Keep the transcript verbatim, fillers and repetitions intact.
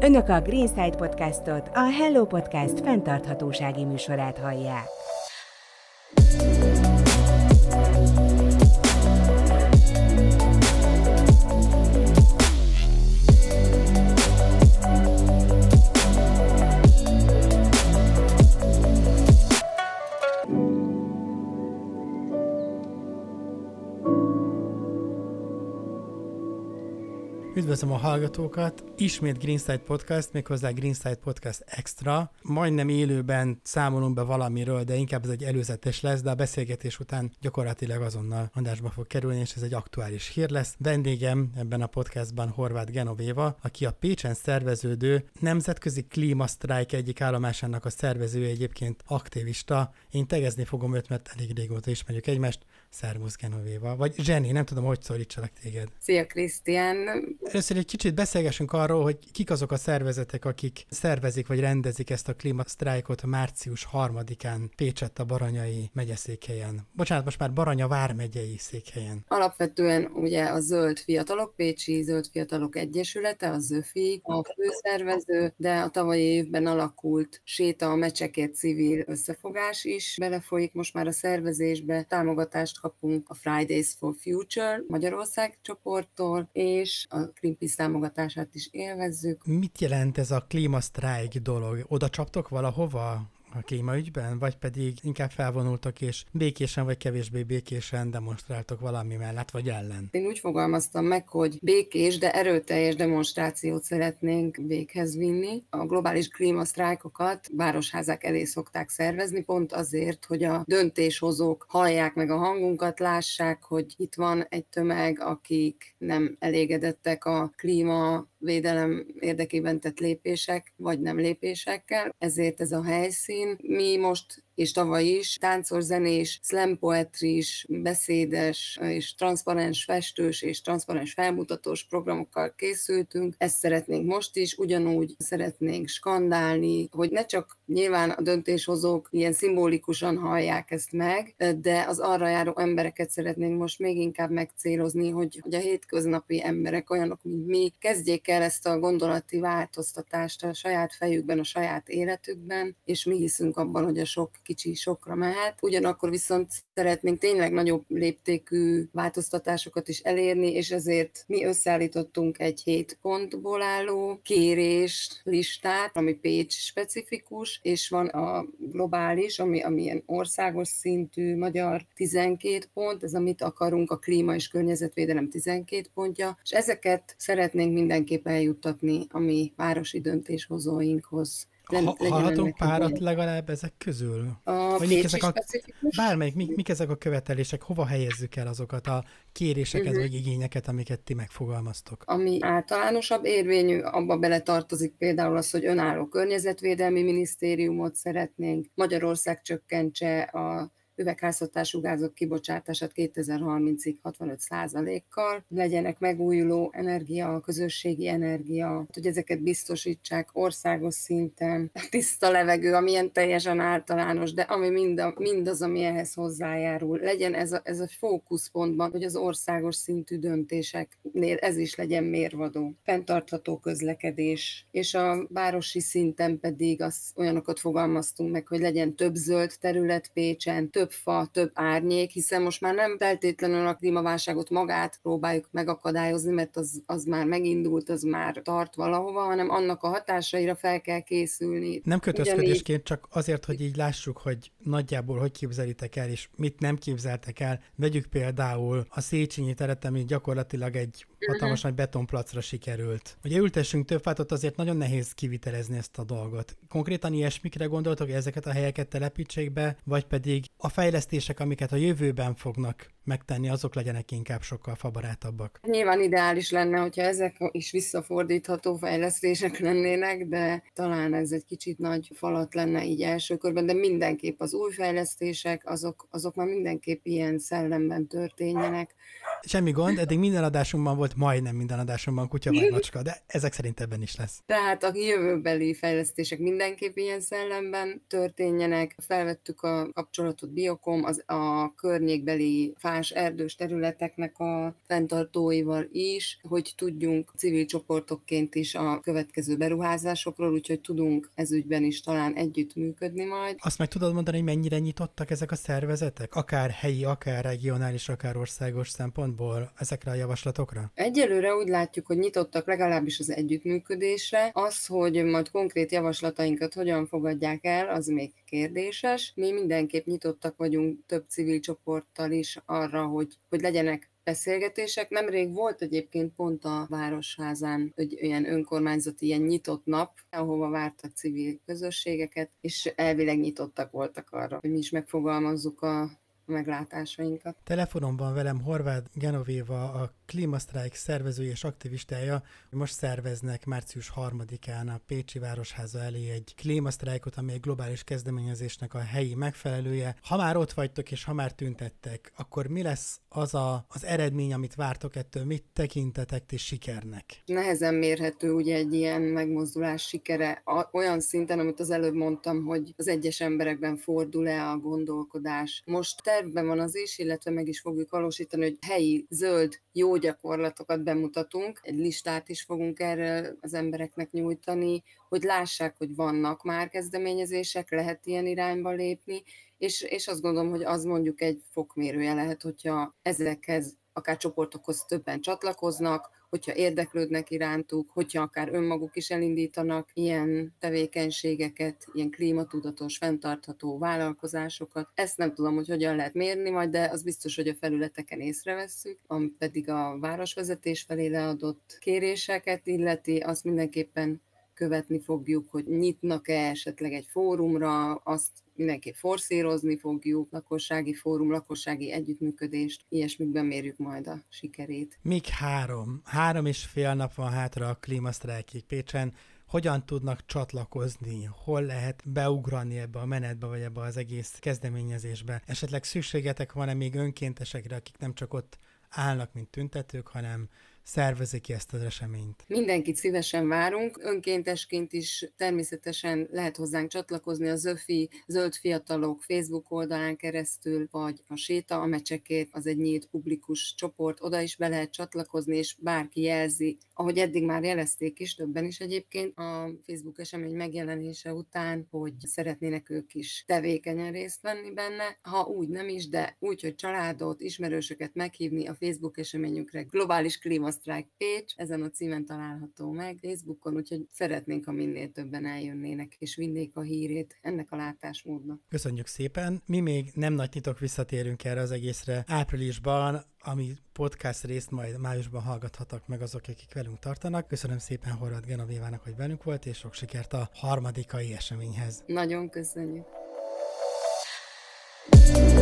Önök a Greenside Podcastot, a Hello Podcast fenntarthatósági műsorát hallják. Üdvözlöm a hallgatókat! Ismét Greenside Podcast, méghozzá Greenside Podcast Extra. Majdnem élőben számolunk be valamiről, de inkább ez egy előzetes lesz, de a beszélgetés után gyakorlatilag azonnal adásba fog kerülni, és ez egy aktuális hír lesz. Vendégem ebben a podcastban Horváth Genovéva, aki a Pécsen szerveződő Nemzetközi Klímasztrájk egyik állomásának a szervezője, egyébként aktivista. Én tegezni fogom őt, mert elég régóta ismerjük egymást. Szervusz, Genovéva. Vagy Zseni, nem tudom, hogy szólítsalak téged. Szia, Krisztián! Először egy kicsit beszélgessünk arról, hogy kik azok a szervezetek, akik szervezik vagy rendezik ezt a klímasztrájkot március harmadikán Pécsett a Baranyai megyeszékhelyen. Bocsánat, most már Baranya vármegyei székhelyen. Alapvetően ugye a Zöld Fiatalok, Pécsi Zöld Fiatalok Egyesülete, a ZÖFI, a főszervező, de a tavalyi évben alakult Séta a Mecsekért civil összefogás is belefolyik most már a szervezésbe. Támogatást kapunk a Fridays for Future Magyarország csoporttól, és a Greenpeace támogatását is élvezzük. Mit jelent ez a klímasztrájk dolog? Oda csaptok valahova a klímaügyben, vagy pedig inkább felvonultak és békésen vagy kevésbé békésen demonstráltok valami mellett vagy ellen? Én úgy fogalmaztam meg, hogy békés, de erőteljes demonstrációt szeretnénk véghez vinni. A globális klímasztrájkokat városházák elé szokták szervezni, pont azért, hogy a döntéshozók hallják meg a hangunkat, lássák, hogy itt van egy tömeg, akik nem elégedettek a klímavédelem érdekében tett lépések, vagy nem lépésekkel. Ezért ez a helyszín. Mi most és tavaly is táncos, zenés, slam poetris, beszédes és transzparens festős és transzparens felmutatós programokkal készültünk. Ezt szeretnénk most is, ugyanúgy szeretnénk skandálni, hogy ne csak nyilván a döntéshozók ilyen szimbolikusan hallják ezt meg, de az arra járó embereket szeretnénk most még inkább megcélozni, hogy, hogy a hétköznapi emberek, olyanok, mint mi, kezdjék el ezt a gondolati változtatást a saját fejükben, a saját életükben, és mi hiszünk abban, hogy a sok kicsi sokra mehet. Ugyanakkor viszont szeretnénk tényleg nagyobb léptékű változtatásokat is elérni, és ezért mi összeállítottunk egy hét pontból álló kérés listát, ami Pécs specifikus, és van a globális, ami, ami ilyen országos szintű magyar tizenkét pont, ez amit akarunk, a klíma és környezetvédelem tizenkét pontja, és ezeket szeretnénk mindenképp eljuttatni a mi városi döntéshozóinkhoz. Ha, hallhatunk párat legalább ezek közül? A mik ezek a, specifikus? bármelyik, mik, mik ezek a követelések, hova helyezzük el azokat a kéréseket uh-huh. vagy igényeket, amiket ti megfogalmaztok? Ami általánosabb érvényű, abba beletartozik például az, hogy önálló környezetvédelmi minisztériumot szeretnénk, Magyarország csökkentse a üvegházhatású gázok kibocsátását kétezer-harmincig hatvanöt százalékkal, legyenek megújuló energia, közösségi energia, hogy ezeket biztosítsák országos szinten, tiszta levegő, amilyen teljesen általános, de ami mind a, mindaz, ami ehhez hozzájárul. Legyen ez a, ez a fókuszpontban, hogy az országos szintű döntéseknél ez is legyen mérvadó. Fenntartható közlekedés, és a városi szinten pedig az, olyanokat fogalmaztunk meg, hogy legyen több zöld terület Pécsen, több fa, több árnyék, hiszen most már nem feltétlenül a klímaválságot magát próbáljuk megakadályozni, mert az, az már megindult, az már tart valahova, hanem annak a hatásaira fel kell készülni. Nem kötözködésként, csak azért, hogy így lássuk, hogy nagyjából hogy képzelitek el, és mit nem képzeltek el. Vegyük például a Széchenyi teret, ami gyakorlatilag egy hatalmas uh-huh. nagy betonplacra sikerült. Ugye ültessünk több fát, ott azért nagyon nehéz kivitelezni ezt a dolgot. Konkrétan ilyesmikre gondoltok, hogy ezeket a helyeket telepítsék be, vagy pedig a fejlesztések, amiket a jövőben fognak megtenni, azok legyenek inkább sokkal fabarátabbak. Nyilván ideális lenne, hogyha ezek is visszafordítható fejlesztések lennének, de talán ez egy kicsit nagy falat lenne így első körben, de mindenképp az új fejlesztések, azok, azok már mindenképp ilyen szellemben történjenek. Semmi gond, eddig minden adásunkban volt, majdnem minden adásunkban kutya vagy macska, de ezek szerint ebben is lesz. Tehát a jövőbeli fejlesztések mindenképp ilyen szellemben történjenek. Felvettük a kapcsolatot Biokom, az a környékbeli fás, erdős területeknek a fenntartóival is, hogy tudjunk civil csoportokként is a következő beruházásokról, úgyhogy tudunk ezügyben is talán együttműködni majd. Azt meg tudod mondani, hogy mennyire nyitottak ezek a szervezetek? Akár helyi, akár regionális, akár országos szempontból ezekre a javaslatokra? Egyelőre úgy látjuk, hogy nyitottak legalábbis az együttműködésre. Az, hogy majd konkrét javaslatainkat hogyan fogadják el, az még kérdéses. Mi mindenképp nyitottak vagyunk több civil csoporttal is arra, hogy, hogy legyenek beszélgetések. Nemrég volt egyébként pont a Városházán egy olyan önkormányzati ilyen nyitott nap, ahova vártak civil közösségeket, és elvileg nyitottak voltak arra, hogy mi is megfogalmazzuk a meglátásainkat. Telefonon van velem Horváth Genovéva, a Klímasztrájk szervezője és aktivistája. Most szerveznek március harmadikán a Pécsi Városháza elé egy klímasztrájkot, ami egy globális kezdeményezésnek a helyi megfelelője. Ha már ott vagytok és ha már tüntettek, akkor mi lesz az a, az eredmény, amit vártok ettől? Mit tekintetek ti sikernek? Nehezen mérhető ugye egy ilyen megmozdulás sikere olyan szinten, amit az előbb mondtam, hogy az egyes emberekben fordul-e a gondolkodás. Most tervben van az is, illetve meg is fogjuk valósítani, hogy helyi, zöld, jó gyakorlatokat bemutatunk. Egy listát is fogunk erről az embereknek nyújtani, hogy lássák, hogy vannak már kezdeményezések, lehet ilyen irányba lépni, és, és azt gondolom, hogy az mondjuk egy fokmérője lehet, hogyha ezekhez akár csoportokhoz többen csatlakoznak, hogyha érdeklődnek irántuk, hogyha akár önmaguk is elindítanak ilyen tevékenységeket, ilyen klímatudatos, fenntartható vállalkozásokat. Ezt nem tudom, hogy hogyan lehet mérni majd, de az biztos, hogy a felületeken észrevesszük, ami pedig a városvezetés felé leadott kéréseket illeti, azt mindenképpen követni fogjuk, hogy nyitnak-e esetleg egy fórumra, azt mindenképp forszírozni fogjuk, lakossági fórum, lakossági együttműködést, ilyesmikben mérjük majd a sikerét. Még három, három és fél nap van hátra a klímasztrájkig Pécsen. Hogyan tudnak csatlakozni? Hol lehet beugrani ebbe a menetbe, vagy ebbe az egész kezdeményezésbe? Esetleg szükségetek van-e még önkéntesekre, akik nem csak ott állnak, mint tüntetők, hanem szervezik ki ezt az eseményt? Mindenkit szívesen várunk, önkéntesként is természetesen lehet hozzánk csatlakozni a Zöfi, Zöld Fiatalok Facebook oldalán keresztül, vagy a Séta a Mecsekért, az egy nyílt publikus csoport, oda is be lehet csatlakozni, és bárki jelzi, ahogy eddig már jelezték is, többen is egyébként a Facebook esemény megjelenése után, hogy szeretnének ők is tevékenyen részt venni benne, ha úgy nem is, de úgy, hogy családot, ismerősöket meghívni a Facebook eseményünkre. Globális Klímasztrájk Pécs, ezen a címen található meg Facebookon, úgyhogy szeretnénk, ha minél többen eljönnének, és vinnék a hírét ennek a látásmódnak. Köszönjük szépen! Mi még nem nagy titok visszatérünk erre az egészre áprilisban, ami podcast részt majd májusban hallgathatok meg azok, akik velünk tartanak. Köszönöm szépen Horváth Genovévának, hogy velünk volt, és sok sikert a harmadikai eseményhez. Nagyon köszönjük!